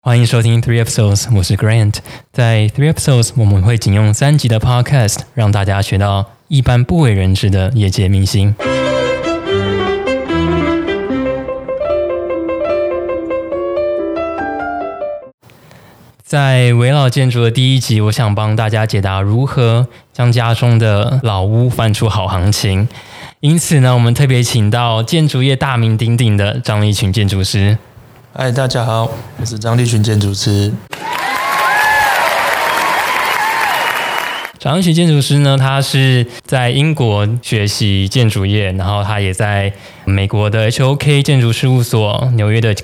欢迎收听 Three Episodes， 我是 Grant。在 Three Episodes， 我们会仅用3集的 Podcast， 让大家学到一般不为人知的业界明星。在围绕建筑的第1集，我想帮大家解答如何将家中的老屋翻出好行情。因此呢，我们特别请到建筑业大名鼎鼎的张立群建筑师。 嗨，大家好，我是张立群建筑师。 张立群建筑师呢，他是在英国学习建筑业，然后他也在美国的 HOK 建筑事务所、纽约的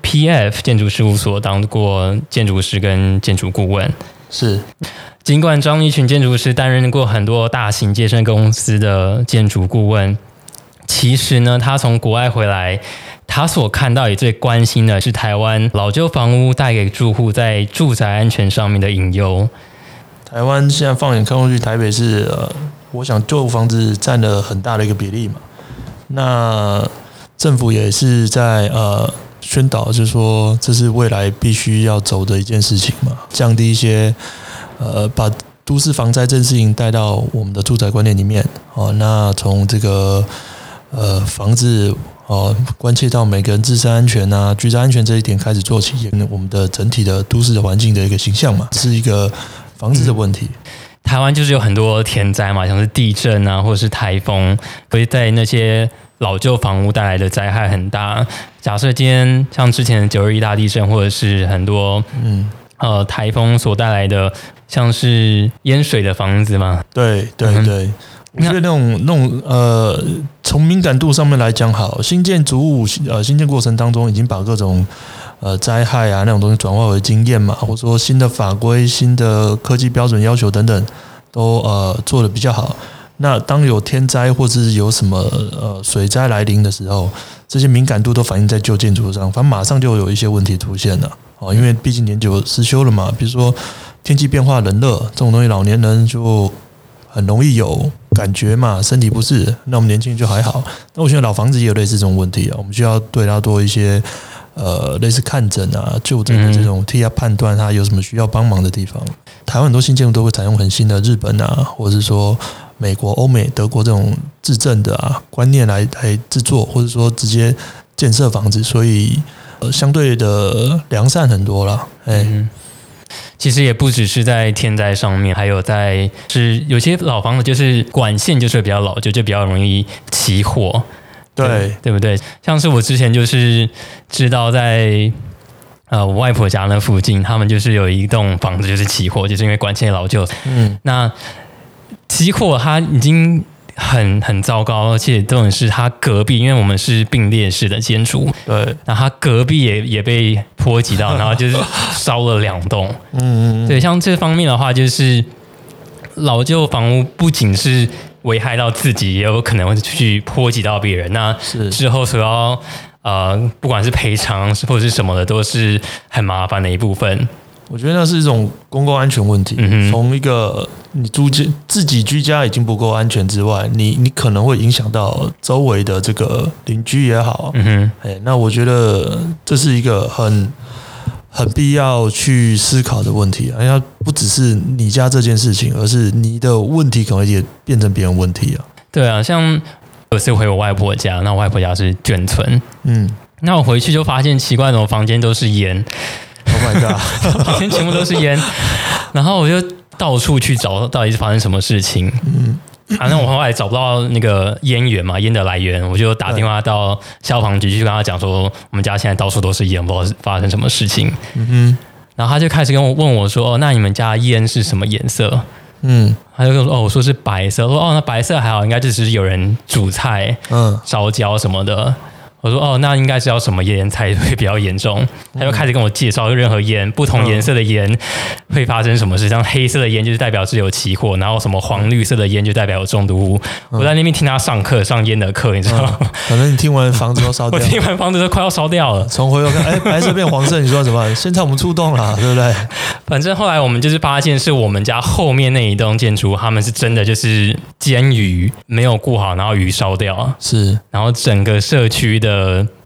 KPF 建筑事务所当过建筑师跟建筑顾问。 是， 尽管张立群建筑师担任过很多大型建设公司的建筑顾问，其实呢，他从国外回来，他所看到也最关心的是台湾老旧房屋带给住户在住宅安全上面的隐忧。 台湾现在放眼看过去，台北市我想旧房子占了很大的一个比例嘛。那政府也是在宣导，就是说这是未来必须要走的一件事情嘛，降低一些把都市防灾这件事情带到我们的住宅观念里面。那从这个房子关切到每个人自身安全啊、居家安全这一点开始做起，我们的整体的都市的环境的一个形象嘛，是一个房子的问题。 台湾就是有很多天灾嘛，像是地震啊，或者是台风，所以在那些老旧房屋带来的灾害很大。假设今天像之前的921大地震，或者是很多台风所带来的，像是淹水的房子嘛。 对对对。我觉得那种从敏感度上面来讲，好，新建筑物新建过程当中已经把各种灾害啊那种东西转化为经验嘛，或者说新的法规、新的科技标准要求等等，都做得比较好。那当有天灾或者是有什么水灾来临的时候，这些敏感度都反映在旧建筑上，反正马上就有一些问题出现了。因为毕竟年久失修了嘛，比如说天气变化、冷热这种东西，老年人就很容易有感觉嘛，身体不适。那我们年轻人就还好。那我觉得老房子也有类似这种问题啊，我们需要对它多一些类似看诊啊、就诊的这种，替他判断他有什么需要帮忙的地方。台湾很多新建筑都会采用很新的日本啊，或者是说美国、欧美、德国这种制震的观念来制作，或者说直接建设房子，所以相对的良善很多啦。 其实也不只是在天灾上面，还有在是有些老房子就是管线就是比较老旧，就比较容易起火，对不对？像是我之前就是知道在我外婆家那附近，他们就是有一栋房子就是起火，就是因为管线老旧。那起火它已经很糟糕，而且重点是他隔壁，因为我们是并列式的建筑，对，那他隔壁也被波及到，然后就是烧了2栋。对，像这方面的话，就是老旧房屋不仅是危害到自己，也有可能会去波及到别人。那之后所要不管是赔偿或者是什么的，都是很麻烦的一部分。 我觉得那是一种公共安全问题。从一个你自己居家已经不够安全之外，你可能会影响到周围的这个邻居也好。那我觉得这是一个很必要去思考的问题。它不只是你家这件事情，而是你的问题可能也变成别人问题啊。对啊， 像有次回我外婆家，那我外婆家是眷村。那我回去就发现奇怪，怎么房间都是烟。 Oh my god！ 房间全部都是烟，然后我就到处去找，到底是发生什么事情。那我后来找不到那个烟源嘛，烟的来源，我就打电话到消防局去跟他讲说，我们家现在到处都是烟，不知道发生什么事情。然后他就开始问我说，那你们家烟是什么颜色？他就跟我说，我说是白色。我说那白色还好，应该就只是有人煮菜、烧焦什么的。我说那应该是要什么烟才会比较严重？他就开始跟我介绍任何烟，不同颜色的烟会发生什么事。像黑色的烟就是代表是有起火，然后什么黄绿色的烟就代表有中毒物。我在那边听他上烟的课，你知道吗？ 可能你听完房子都烧掉了。 我听完房子都快要烧掉了。 从回头看，白色变黄色，你说什么？现在我们出动了，对不对？ 反正后来我们就是发现，是我们家后面那一栋建筑，他们是真的就是煎鱼没有顾好，然后鱼烧掉， 是， 然后整个社区的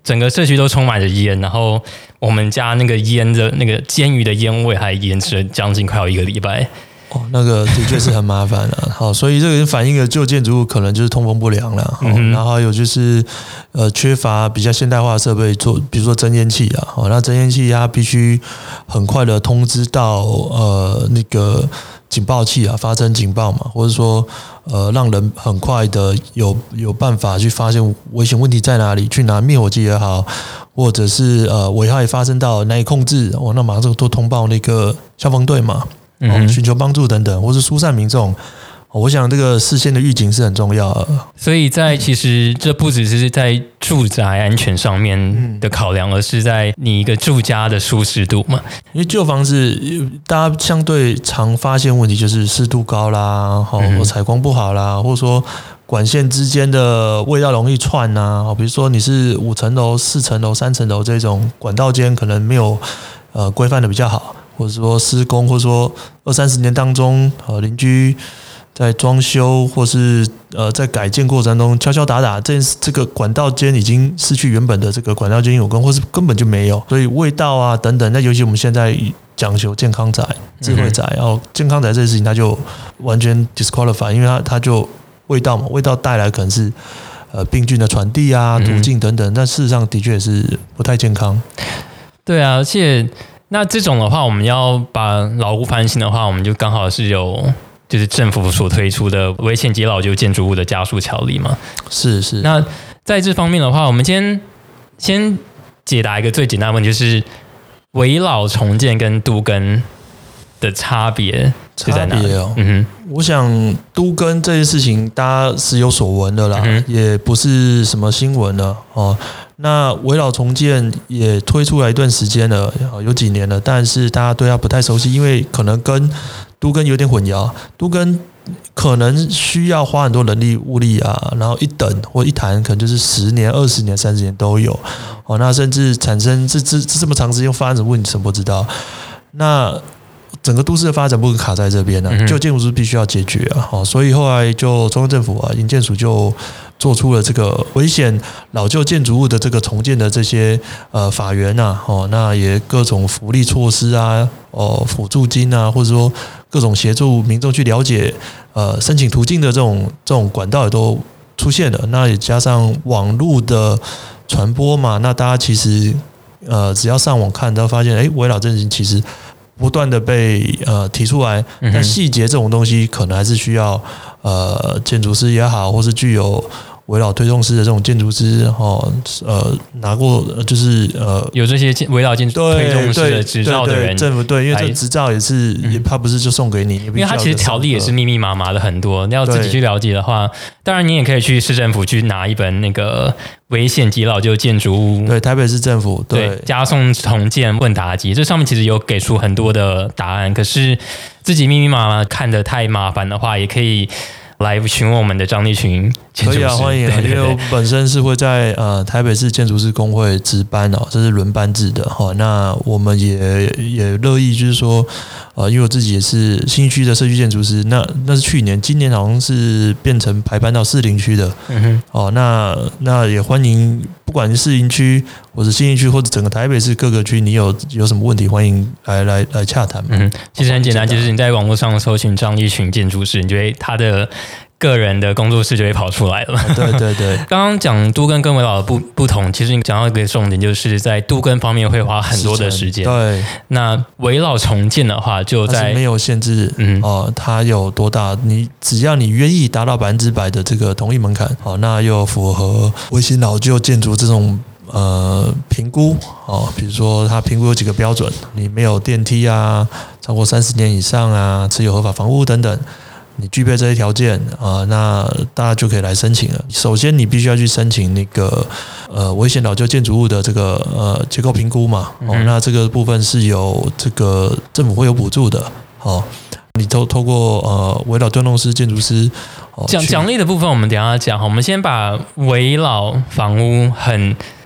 整个社区都充满着烟，然后我们家那个烟的那个煎鱼的烟味还延迟了将近快要1个礼拜。 那个的确是很麻烦了。好，所以这个反映了旧建筑物可能就是通风不良了。然后还有就是缺乏比较现代化的设备做，比如说增烟器啊。那增烟器它必须很快的通知到那个警报器啊，发生警报嘛，或者说让人很快的有办法去发现危险问题在哪里，去拿灭火器也好，或者是危害发生到难以控制，那马上都通报那个消防队嘛。寻求帮助等等，或是疏散民众，我想这个事先的预警是很重要的。 所以其实这不只是在住宅安全上面的考量，而是在你一个住家的舒适度嘛。 因为旧房子大家相对常发现问题就是湿度高啦，或采光不好啦，或者说管线之间的味道容易串啊。比如说你是5层楼、4层楼、3层楼这种管道间可能没有规范的比较好。或者说施工，或者说20-30年当中，邻居在装修或是在改建过程中敲敲打打，这个管道间已经失去原本的这个管道间有功，或是根本就没有，所以味道啊等等。那尤其我们现在讲求健康宅、智慧宅，然后健康宅这件事情，它就完全 disqualify， 因为它就味道嘛，味道带来可能是病菌的传递啊、途径等等，但事实上的确是不太健康。 对啊，而且。那这种的话，我们要把老屋翻新的话，我们就刚好是有就是政府所推出的危险及老旧建筑物的加速条例嘛。 是。 那在这方面的话，我们先解答一个最简单的问题，就是危老重建跟都更的差别是在哪里？ 我想都更这件事情大家是有所闻的啦，也不是什么新闻了哦。那危老重建也推出来一段时间了，有几年了，但是大家对它不太熟悉，因为可能跟都更有点混淆。都更可能需要花很多人力物力啊，然后一等或一谈可能就是10年、20年、30年都有。那甚至产生这么长时间发生什么问题，什么不知道。那整个都市的发展不能卡在这边就建筑师必须要解决啊，所以后来就中央政府营建署就做出了这个危险老旧建筑物的这个重建的这些法源那也各种福利措施啊，辅助金啊，或者说各种协助民众去了解申请途径的这种管道也都出现了，那也加上网络的传播嘛，那大家其实只要上网看都发现，危老这件事情其实不断的被提出来，但细节这种东西可能还是需要建筑师也好，或是具有危老推动师的这种建筑师拿过就是有这些危老建筑推动师的执照的人， 政府对，因为这执照也是他不是就送给你， 因为他其实条例也是密密麻麻的很多，你要自己去了解的话，当然你也可以去市政府去拿一本那个危险及老旧建筑物， 对，台北市政府对加送重建问答集，这上面其实有给出很多的答案，可是自己密密麻麻看得太麻烦的话，也可以来询问我们的张立群建筑师。 可以啊，欢迎啊，因为我本身是会在台北市建筑师工会值班这是轮班制的那我们也乐意就是说因为我自己也是新区的社区建筑师，那是去年，今年好像是变成排班到士林区的。那也欢迎，不管是士林区或者新义区或者整个台北市各个区，你有什么问题，欢迎来洽谈。 其实很简单，就是你在网络上搜寻张立群建筑师，你觉得他的个人的工作室就会跑出来了。 对。 刚刚讲都更跟危老的不同，其实你讲到一个重点，就是在都更方面会花很多的时间。 对。 那危老重建的话，就在没有限制，它有多大？只要你愿意达到100%的这个同意门槛，那又符合危险老旧建筑这种评估比如说它评估有几个标准，你没有电梯啊，超过30年以上啊，持有合法房屋等等。你具备这些条件那大家就可以来申请了。首先，你必须要去申请那个危险老旧建筑物的这个结构评估嘛。那这个部分是有这个政府会有补助的。你透过危老推动师、建筑师奖励的部分，我们等一下讲。我们先把危老房屋很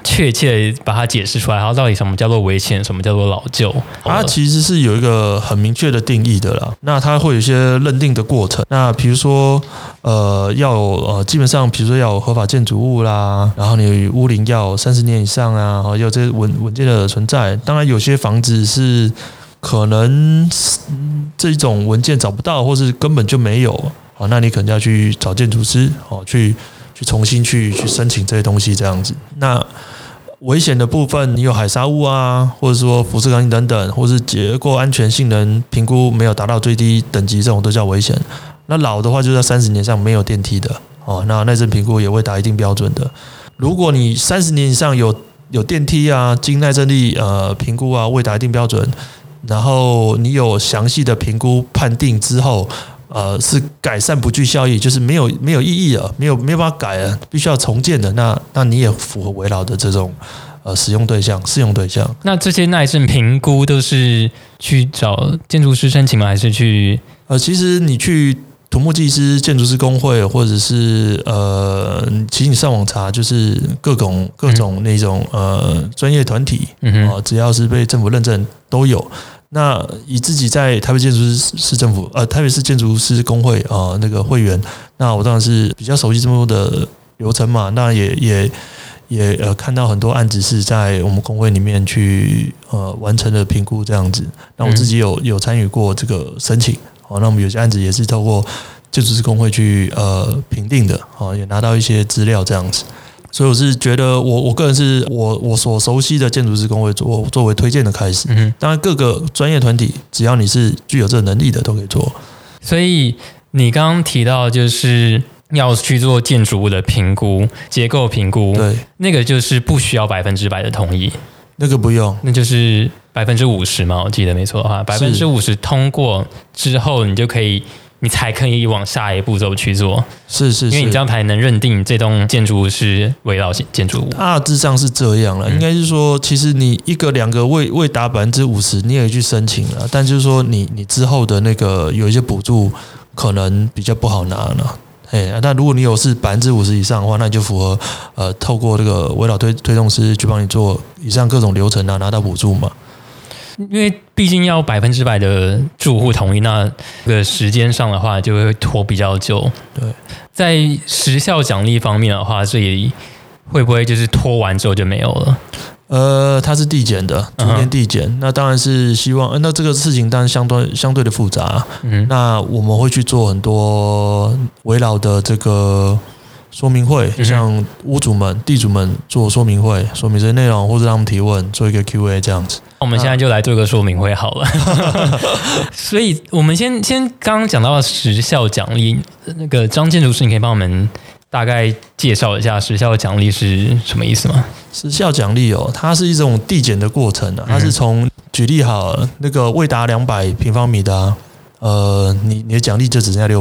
确切把它解释出来，然后到底什么叫做危险，什么叫做老旧？ 它其实是有一个很明确的定义的啦。那它会有一些认定的过程。那比如说，基本上，比如说要有合法建筑物啦，然后你屋龄要有30年以上啊，要有这些稳健的存在。当然，有些房子是可能这种文件找不到，或是根本就没有，那你可能要去找建筑师去重新去申请这些东西这样子。那危险的部分，你有海砂屋啊，或者说辐射钢筋等等，或是结构安全性能评估没有达到最低等级，这种都叫危险。那老的话，就在30年以上没有电梯的那耐震评估也会达一定标准的。如果你30年以上有电梯啊，经耐震力评估啊未达一定标准，然后你有详细的评估判定之后，是改善不具效益，就是没有意义了，没有办法改了，必须要重建的，那你也符合危老的这种适用对象。 那这些耐震评估都是去找建筑师申请吗？还是去？ 其实你去土木技师、建筑师工会，或者是其实你上网查，就是各种那种专业团体，只要是被政府认证都有。那以自己在台北建筑师政府台北市建筑师工会那个会员，那我当然是比较熟悉这么多的流程嘛。那也看到很多案子是在我们工会里面去完成了评估这样子。那我自己有参与过这个申请，那我们有些案子也是透过建筑师工会去评定的，也拿到一些资料这样子。所以我是觉得我个人是我所熟悉的建筑师工会作为推荐的开始。当然各个专业团体只要你是具有这个能力的都可以做。 所以你刚刚提到就是要去做建筑物的评估、结构评估， 对， 那个就是不需要100%的同意， 那个不用， 那就是50%嘛，我记得没错的话，50%通过之后你才可以往下一步骤去做， 是， 因为你这样才能认定这栋建筑物是危老建筑物。 大致上是这样了，应该是说，其实你1个2个未达50%，你也去申请了，但就是说你之后的那个有一些补助可能比较不好拿了。但如果你有是50%以上的话，那你就符合透过这个危老推动师去帮你做以上各种流程拿到补助嘛。 因为毕竟要100%的住户同意，那这个时间上的话就会拖比较久。 对， 在时效奖励方面的话，这里会不会就是拖完之后就没有了？ 它是递减的，逐年递减。那当然是希望，那这个事情当然相对的复杂。那我们会去做很多围绕的这个说明会，像屋主们、地主们做说明会，说明这些内容，或者让他们提问，做一个 Q&A 这样子。 我们现在就来做一个说明会好了。所以我们先刚刚讲到时效奖励，那个张建筑师，你可以帮我们大概介绍一下时效奖励是什么意思吗？ 时效奖励它是一种递减的过程它是从举例好了，那个未达200平方米的你的奖励就只剩下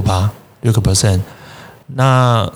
6%。那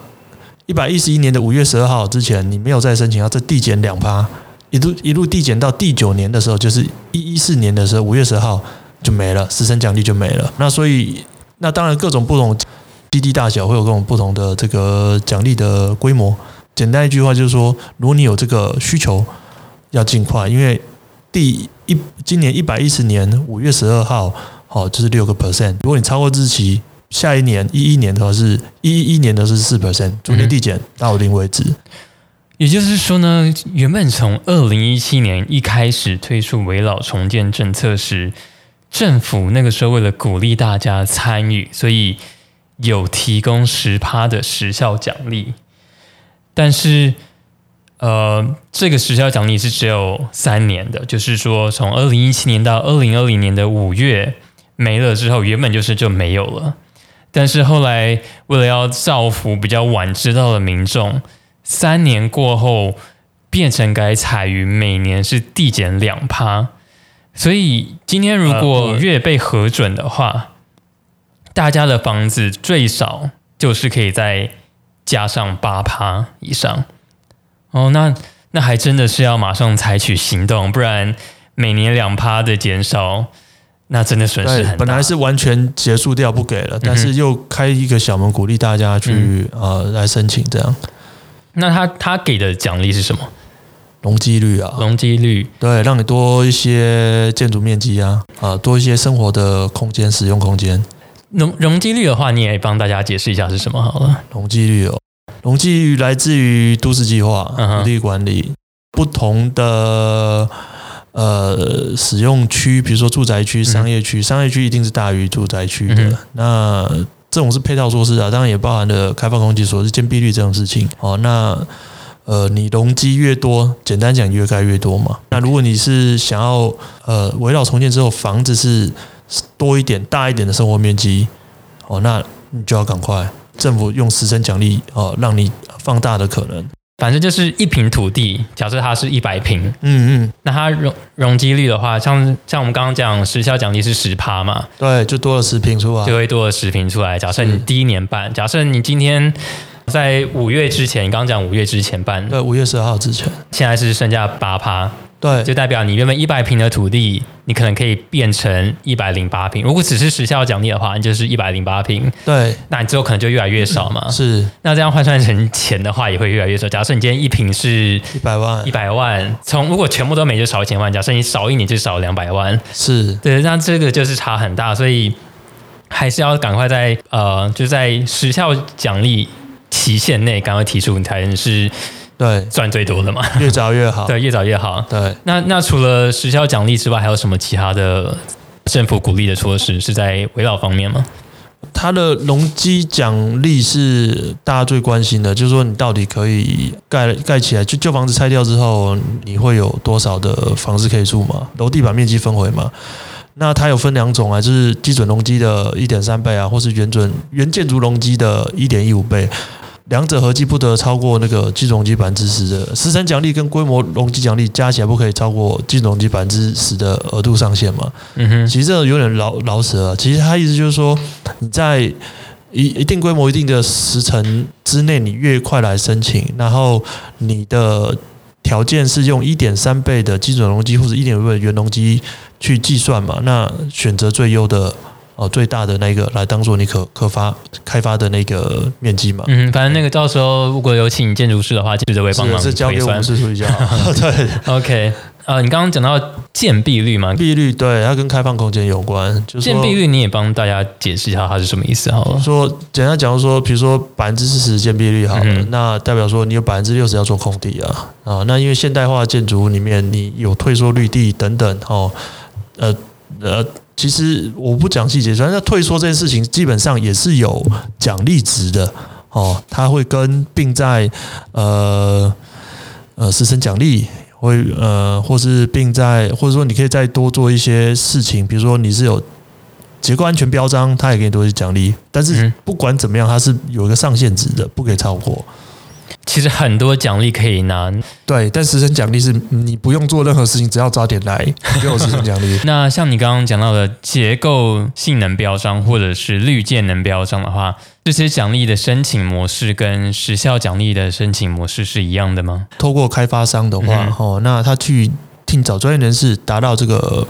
111年的5月12号之前，你没有再申请，要再递减2%，一路递减到第9年的时候，就是114年的时候5月12号就没了，时程奖励就没了。那所以那当然各种不同基地大小会有各种不同的这个奖励的规模。简单一句话就是说，如果你有这个需求，要尽快，因为今年110年5月12号，就是6%。如果你超过日期，下一年11年的话是111年的是4%，逐年递减到0为止。 也就是说呢，原本从2017年一开始推出危老重建政策时，政府那个时候为了鼓励大家参与，所以有提供10%的时效奖励。但是这个时效奖励是只有3年的，就是说从2017年到2020年的5月没了之后，原本就没有了。但是后来为了要造福比较晚知道的民众，3年过后变成改采于每年是递减2%。所以今天如果5月被核准的话，大家的房子最少就是可以再加上8%以上。那还真的是要马上采取行动，不然每年2%的减少，那真的损失很大。 本来是完全结束掉不给了，但是又开一个小门鼓励大家去来申请这样。 那他给的奖励是什么？ 容积率啊， 容积率， 对，让你多一些建筑面积啊，多一些生活的空间、使用空间。 容积率的话，你也帮大家解释一下是什么好了。 容积率容积率来自于都市计划、土地管理，不同的使用区，比如说住宅区、商业区，商业区一定是大于住宅区的。那这种是配套措施啊，当然也包含了开放空间所是建蔽率这种事情。那你容积越多，简单讲越盖越多嘛。那如果你是想要围绕重建之后房子是多一点、大一点的生活面积，那你就要赶快政府用时程奖励让你放大的可能。 反正就是一坪土地，假设它是100坪，那它容积率的话，像我们刚刚讲时效奖励是10%嘛， 对，就多了10坪出来， 就会多了10坪出来。假设你第1年办，假设你今天在5月之前，你刚刚讲5月之前办， 对，5月12号之前， 现在是剩下8%。 对， 就代表你原本100坪的土地，你可能可以变成108坪。如果只是时效奖励的话，你就是108坪。 对， 那你之后可能就越来越少嘛。 是， 那这样换算成钱的话，也会越来越少。假设你今天1坪是100万，如果全部都没就少1000万。假设你少1年就少200万。 是， 对，那这个就是差很大，所以还是要赶快就在时效奖励期限内赶快提出，你才能是。 对， 赚最多的嘛， 越早越好。 对，越早越好。 对， 那除了时效奖励之外，还有什么其他的政府鼓励的措施是在围绕方面吗？ 它的容积奖励是大家最关心的，就是说你到底可以盖起来，就旧房子拆掉之后，你会有多少的房子可以住嘛？楼地板面积分回嘛？那它有分2种啊，就是基准容积的 1.3 倍啊，或是原建筑容积的 1.15 倍。两者合计不得超过那个基准容积10%的时程奖励跟规模容积奖励加起来不可以超过基准容积10%的额度上限嘛？其实这有点老舍啊。其实他意思就是说，你在一定规模、一定的时程之内，你越快来申请，然后你的条件是用 1.3 倍的基准容积或者 1.5 倍的原容积去计算嘛？那选择最优的。最大的那个来当做你开发的那个面积嘛。 反正那个到时候如果有请建筑师的话，记者会帮忙推算。 是交给我们师处理就好。对 ，OK。你刚刚讲到建蔽率嘛？ 蔽率对，它跟开放空间有关。就是建蔽率你也帮大家解释一下它是什么意思好了。 说简单讲说，比如说40%建蔽率好了，那代表说你有60%要做空地啊。那因为现代化建筑里面你有退缩绿地等等其实我不讲细节，反正退缩这件事情基本上也是有奖励值的它会并在时程奖励会或是并在或者说你可以再多做一些事情，比如说你是有结构安全标章，它也给你多一些奖励，但是不管怎么样，它是有一个上限值的，不可以超过。 其实很多奖励可以拿， 对，但时程奖励是你不用做任何事情，只要早点来就有时程奖励。 那像你刚刚讲到的结构性能标章或者是绿建能标章的话，这些奖励的申请模式跟时效奖励的申请模式是一样的吗？ 透过开发商的话，那他去找专业人士达到这个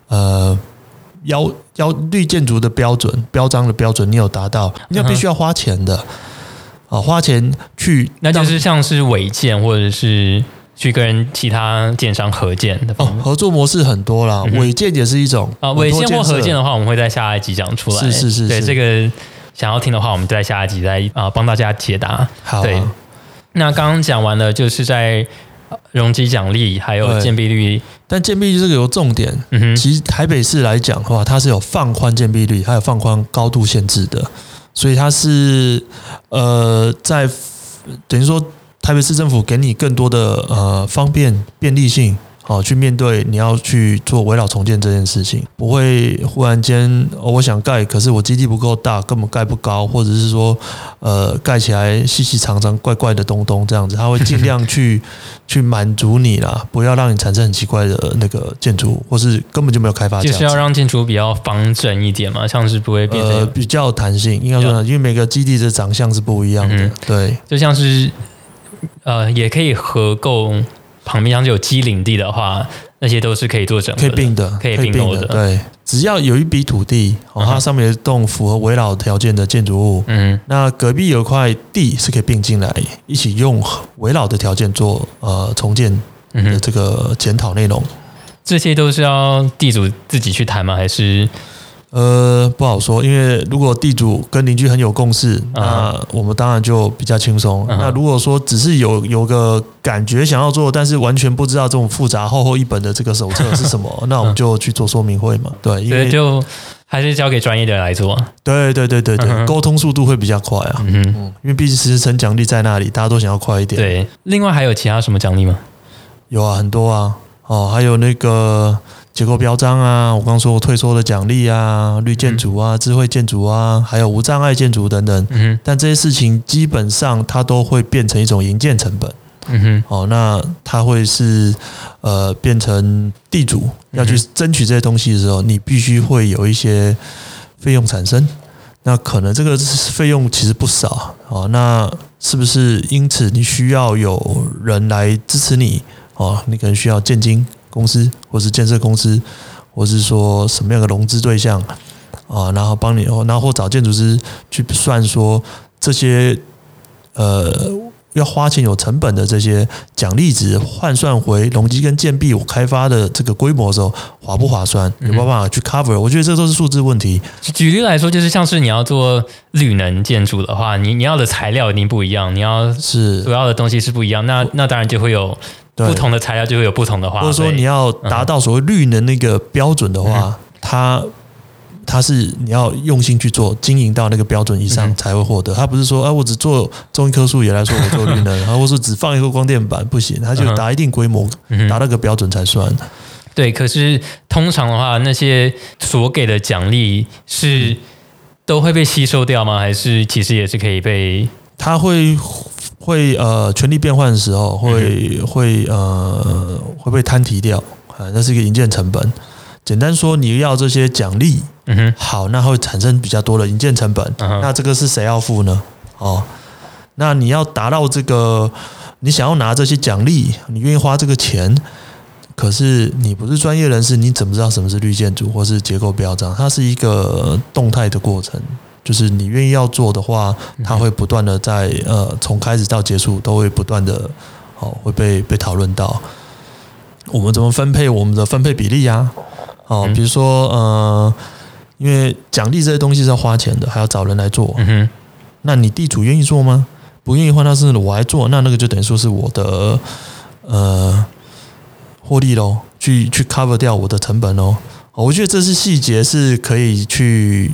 绿建筑的标准、标章的标准，你有达到，你必须要花钱的。花钱去， 那就是像是违建或者是去跟其他建商合建的合作模式很多啦，违建也是一种违建或合建的话，我们会在下一集讲出来。 是， 对这个想要听的话，我们在下一集再帮大家解答。 好， 对。那刚刚讲完了，就是在容积奖励还有建蔽率， 但建蔽率这个有重点。其实台北市来讲的话，它是有放宽建蔽率，还有放宽高度限制的。所以它是在等于说台北市政府给你更多的便利性，去面对你要去做围绕重建这件事情，不会忽然间我想盖，可是我基地不够大，根本盖不高，或者是说盖起来细细长长怪怪的东这样子，它会尽量去满足你啦，不要让你产生很奇怪的那个建筑，或是根本就没有开发价值， 就是要让建筑比较方正一点嘛，像是不会变成比较有弹性，应该说因为每个基地的长相是不一样的，对， 就像是也可以合购。旁边像是有机领地的话，那些都是可以做整合的， 可以并的， 可以并购的。 对，只要有一笔土地，它上面有一栋符合围绕条件的建筑物，那隔壁有一块地是可以并进来，一起用围绕的条件做重建的这个检讨内容。 这些都是要地主自己去谈吗？还是？ 不好说，因为如果地主跟邻居很有共识，那我们当然就比较轻松。那如果说只是有个感觉想要做，但是完全不知道这种复杂厚厚一本的这个手册是什么，那我们就去做说明会嘛。对，因为就还是交给专业的人来做。 对，沟通速度会比较快啊。因为毕竟时程奖励在那里，大家都想要快一点。 对，另外还有其他什么奖励吗？ 有啊，很多啊。还有那个结构标章啊，我刚刚说退缩的奖励啊，绿建筑啊，智慧建筑啊，还有无障碍建筑等等。但这些事情基本上它都会变成一种营建成本。那它会是变成地主要去争取这些东西的时候，你必须会有一些费用产生。那可能这个费用其实不少。那是不是因此你需要有人来支持你？你可能需要建经公司，或是建设公司，或是说什么样的融资对象然后帮你，然后或找建筑师去算说这些要花钱有成本的这些奖励值换算回容积跟建蔽我开发的这个规模的时候划不划算，有没有办法去 cover？我觉得这都是数字问题。 举例来说，就是像是你要做绿能建筑的话，你要的材料一定不一样，你要主要的东西是不一样，那当然就会有不同的材料，就会有不同的花费。 或者说你要达到所谓绿能那个标准的话，它是你要用心去做，经营到那个标准以上才会获得。它不是说我只做种一棵树也来说我做绿能，然后或是只放一个光电板不行，它就达一定规模，达那个标准才算。 对，可是通常的话，那些所给的奖励是都会被吸收掉吗？还是其实也是可以被？ 它会权力变换的时候会被摊提掉，那是一个营建成本。简单说，你要这些奖励，好，那会产生比较多的营建成本，那这个是谁要付呢？那你要达到这个，你想要拿这些奖励，你愿意花这个钱，可是你不是专业人士，你怎么知道什么是绿建筑或是结构标章？它是一个动态的过程。就是你愿意要做的话，它会不断的在从开始到结束都会不断的会被讨论到。我们怎么分配我们的分配比例啊？比如说因为奖励这些东西是要花钱的，还要找人来做。那你地主愿意做吗？不愿意的话，那是我来做，那个就等于说是我的获利咯，去 cover 掉我的成本咯。我觉得这是细节是可以去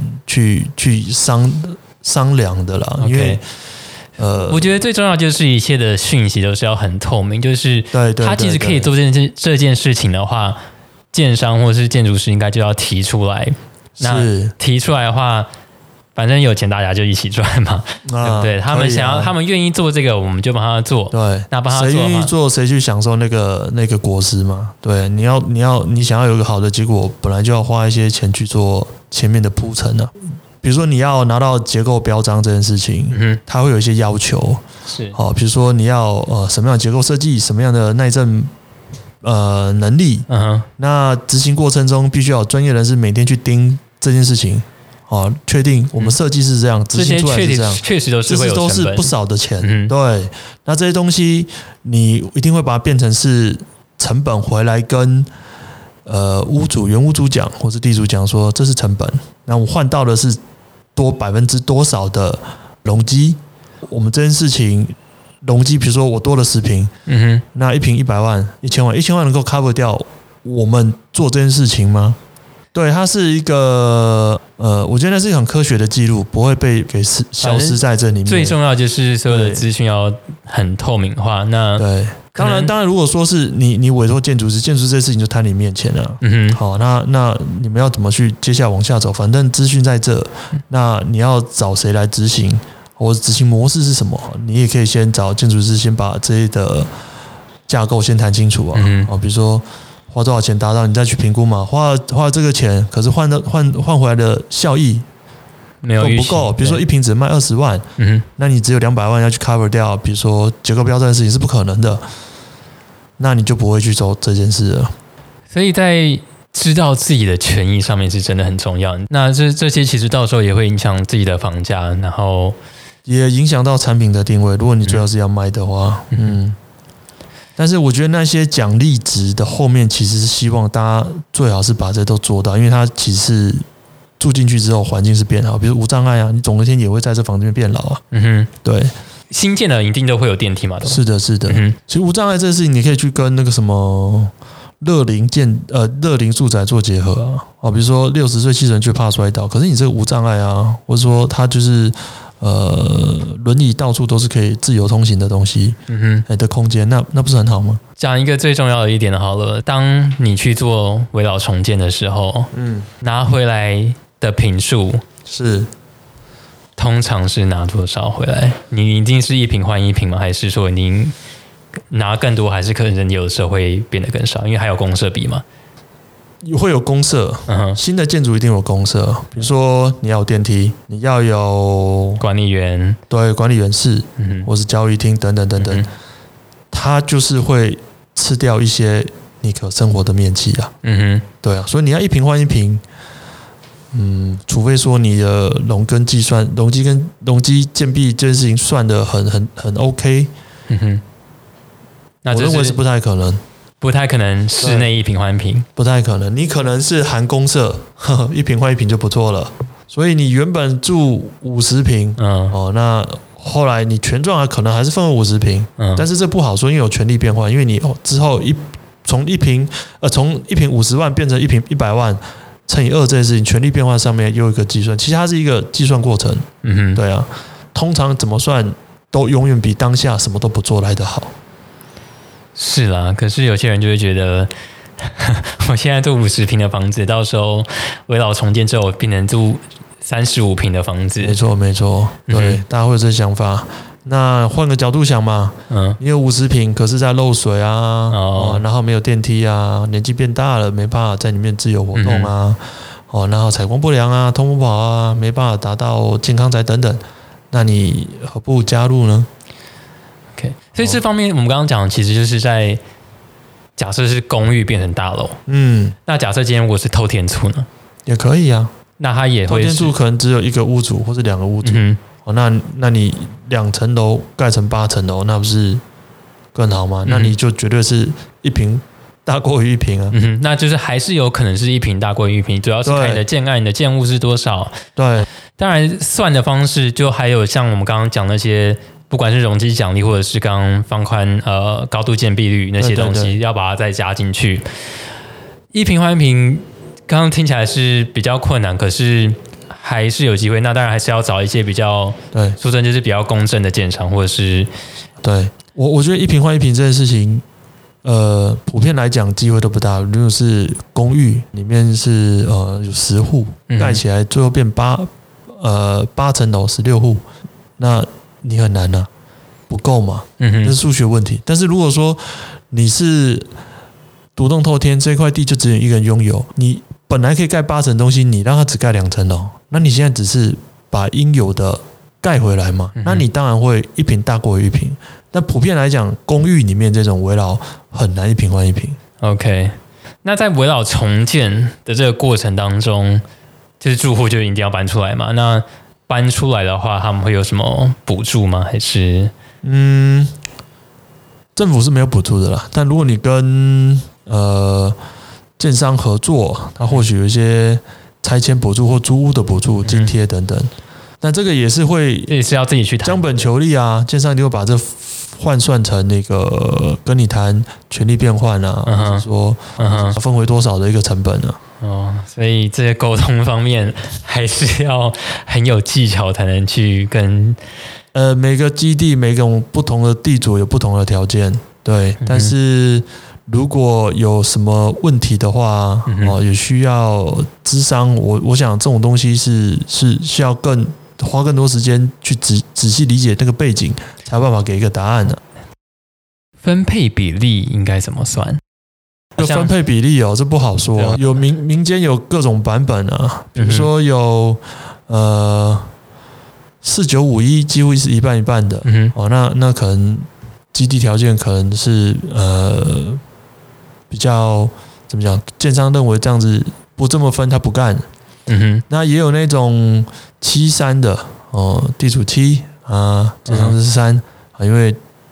商量的啦，因为我觉得最重要就是一切的讯息都是要很透明，就是他其实可以做这件事情的话，建商或是建筑师应该就要提出来。那提出来的话，反正有钱大家就一起赚嘛，对不对？他们想要，他们愿意做这个，我们就帮他做。 对， 那帮他做， 谁愿意做，谁去享受那个果实嘛？对，你想要有一个好的结果，本来就要花一些钱去做前面的铺陈啊。比如说你要拿到结构标章这件事情，它会有一些要求，比如说你要什么样的结构设计，什么样的耐震能力，那执行过程中必须要有专业人士每天去盯这件事情。确定我们设计是这样，执行出来是这样， 确实都是会有成本， 这都是不少的钱。对，那这些东西你一定会把它变成是成本回来跟原屋主讲，或是地主讲说这是成本，那我换到的是多%多少的容积。我们这件事情容积，比如说我多了10坪，那1坪100万、1000万，1000万能够 cover 掉我们做这件事情吗？对，它是一个我觉得那是一个很科学的记录，不会被给消失在这里面。 最重要就是所有的资讯要很透明化。那对，当然，如果说是你委托建筑师，建筑师这事情就摊你面前了。好，那你们要怎么去接下来往下走？反正资讯在这，那你要找谁来执行，或者执行模式是什么？你也可以先找建筑师，先把这些的架构先谈清楚啊。比如说。花多少钱达到，你再去评估嘛。花这个钱，可是换回来的效益没有不够。比如说1坪只卖20万，那你只有200万要去 cover 掉，比如说结构标准的事情是不可能的，那你就不会去做这件事了。 所以在知道自己的权益上面是真的很重要。那这些其实到时候也会影响自己的房价，然后也影响到产品的定位。如果你最好是要卖的话， 但是我觉得那些奖励值的后面，其实是希望大家最好是把这都做到，因为它其实住进去之后环境是变好，比如无障碍啊，你总有一天也会在这房子里面变老啊。对， 新建的一定都会有电梯嘛？ 是的，是的。其实无障碍这个事情，你可以去跟那个什么乐龄住宅做结合啊，比如说60岁70人就怕摔倒，可是你这个无障碍啊，或者说它就是轮椅到处都是可以自由通行的东西，的空间，那不是很好吗？ 讲一个最重要的一点好了，当你去做危老重建的时候，拿回来的坪数是通常是拿多少回来？你一定是一坪换一坪吗？还是说你拿更多，还是可能有的时候会变得更少？因为还有公设比嘛。 会有公设，新的建筑一定有公设，比如说你要有电梯，你要有管理员， 对，管理员室，或是交易厅等等等等，它就是会吃掉一些你可生活的面积啊，对啊，所以你要一坪换一坪，除非说你的容积建蔽这件事情算得很 OK，那我认为是不太可能。 不太可能室内一坪换一坪， 不太可能。你可能是含公设，一坪换一坪就不错了。所以你原本住50坪，那后来你权状可能还是分为50坪，但是这不好说，因为有权利变换，因为你之后从一坪50万变成一坪100万乘以2这件事情，权利变换上面又有一个计算，其实它是一个计算过程。对啊，通常怎么算都永远比当下什么都不做来得好。 是啦，可是有些人就会觉得，我现在住50坪的房子，到时候危老重建之后变成住35坪的房子。 没错，对，大家会有这想法。那换个角度想嘛，你有50坪，可是在漏水啊，然后没有电梯啊，年纪变大了，没办法在里面自由活动啊，然后采光不良啊，通风不好啊，没办法达到健康宅等等，那你何不加入呢？ 所以这方面我们刚刚讲，其实就是在假设是公寓变成大楼，那假设今天我是透天厝呢， 也可以啊。 那它也会透天厝可能只有一个屋主或是2个屋主，那你2层楼盖成8层楼，那不是更好吗？那你就绝对是一坪大过于一坪啊。 那就是还是有可能是一坪大过于一坪，主要是看你的建案、你的建物是多少。 对， 当然算的方式就还有像我们刚刚讲那些。不管是容积奖励，或者是刚刚放宽高度建蔽率那些东西，要把它再加进去。一坪换一坪，刚刚听起来是比较困难，可是还是有机会。那当然还是要找一些比较说真就是比较公正的建商，或者是对我觉得一坪换一坪这件事情，普遍来讲机会都不大。如果是公寓里面是有10户盖起来，最后变8层楼16户，那你很难啊，不够嘛，这是数学问题。但是如果说你是独栋透天，这块地就只有一个人拥有，你本来可以盖8层东西，你让它只盖2层楼，那你现在只是把应有的盖回来嘛，那你当然会一坪大过于一坪。但普遍来讲，公寓里面这种危老很难一坪换一坪。 OK， 那在危老重建的这个过程当中，就是住户就一定要搬出来嘛？那搬出来的话，他们会有什么补助吗？还是政府是没有补助的啦。但如果你跟建商合作，他或许有一些拆迁补助或租屋的补助、津贴等等。但这个也是要自己去谈， 将本求利啊。建商一定会把这换算成那个跟你谈权利变换啊，或者说分回多少的一个成本啊。 所以这些沟通方面还是要很有技巧才能去跟每个基地每种不同的地主有不同的条件，对，但是如果有什么问题的话，也需要咨商。我想这种东西是需要花更多时间去仔细理解那个背景，才有办法给一个答案的。 分配比例应该怎么算？ 分配比例这不好说。有民间有各种版本啊，比如说有4951，几乎是一半一半的。那可能基地条件可能是比较怎么讲？建商认为这样子不这么分，他不干。那也有那种7-3的地主7啊，建商是3因为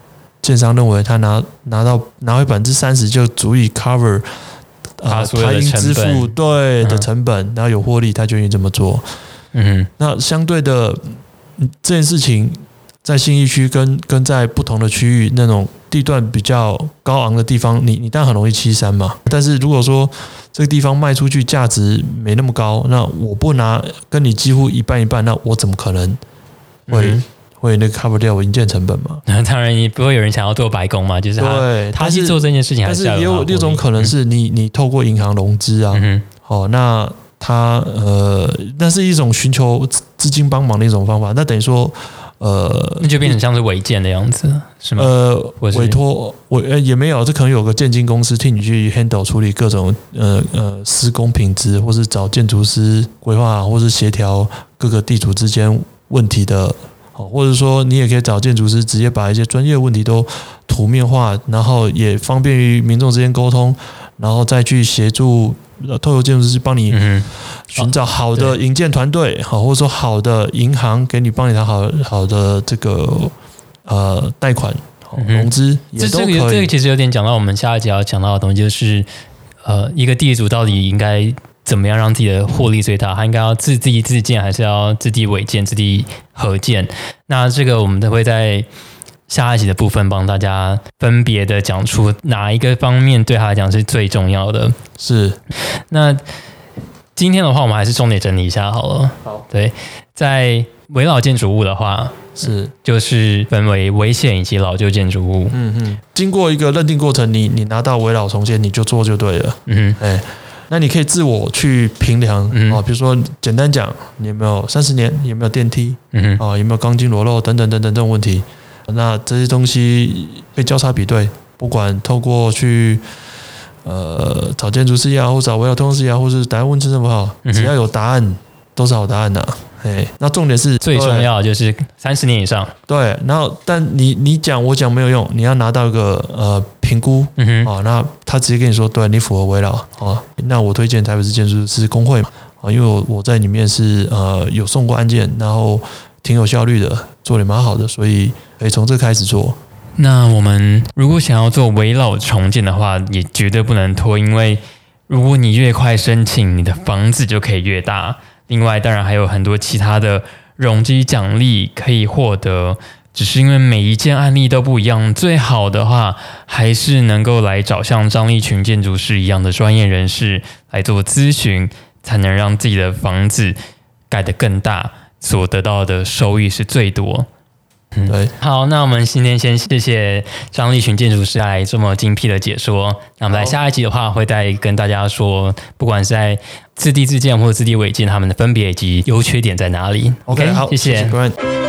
建商认为他拿回30%就足以 cover 他应支付对的成本，然后有获利，他就愿意这么做。那相对的这件事情，在信义区跟在不同的区域那种地段比较高昂的地方，你当然很容易欺山嘛。但是如果说这个地方卖出去价值没那么高，那我不拿跟你几乎一半一半，那我怎么可能会那个 cover 掉我营建成本嘛？ 当然，也不会有人想要做白工嘛，就是他去做这件事情， 但是也有另一种可能是你透过银行融资啊，那他那是一种寻求资金帮忙的一种方法，那等于说那就变成像是违建的样子，是吗？ 委托也没有，这可能有个建经公司替你去 handle 处理各种施工品质，或是找建筑师规划，或是协调各个地主之间问题的。或者说你也可以找建筑师直接把一些专业问题都图面化，然后也方便于民众之间沟通，然后再去协助透过建筑师帮你寻找好的营建团队，或者说好的银行给你帮你谈好的这个贷款融资也都可以。 这个其实有点讲到我们下一集要讲到的东西，就是一个地主到底应该怎么样让自己的获利最大？他应该要自地自建，还是要自地违建、自地合建？那这个我们都会在下一集的部分帮大家分别的讲出哪一个方面对他来讲是最重要的。 是。 那今天的话，我们还是重点整理一下好了。 好。 对，在危老建筑物的话，就是分为危险以及老旧建筑物。 经过一个认定过程，你拿到危老重建，你就做就对了。那你可以自我去评量比如说简单讲，你有没有30年，有没有电梯，有没有钢筋裸露等等等等这种问题。那这些东西可以交叉比对，不管透过去找建筑师也好，或找危老通知也好，或是打问市政府好，只要有答案都是好答案的。那重点是最重要的就是30年以上。 对，然后但你讲我讲没有用，你要拿到一个评估那他直接跟你说，对你符合危老那我推荐台北市建筑师工会嘛因为我在里面是有送过案件，然后挺有效率的，做得蛮好的，所以可以从这开始做。 那我们如果想要做危老重建的话，也绝对不能拖，因为如果你越快申请，你的房子就可以越大。另外，当然还有很多其他的容积奖励可以获得，只是因为每一件案例都不一样。最好的话，还是能够来找像张立群建筑师一样的专业人士来做咨询，才能让自己的房子盖得更大，所得到的收益是最多。 对， 好，那我们今天先谢谢张立群建筑师来这么精辟的解说。那我们来下一集的话，会再跟大家说，不管是在自地自建或者自地违建，他们的分别以及优缺点在哪里。 OK， 好， 谢谢。 谢谢各位。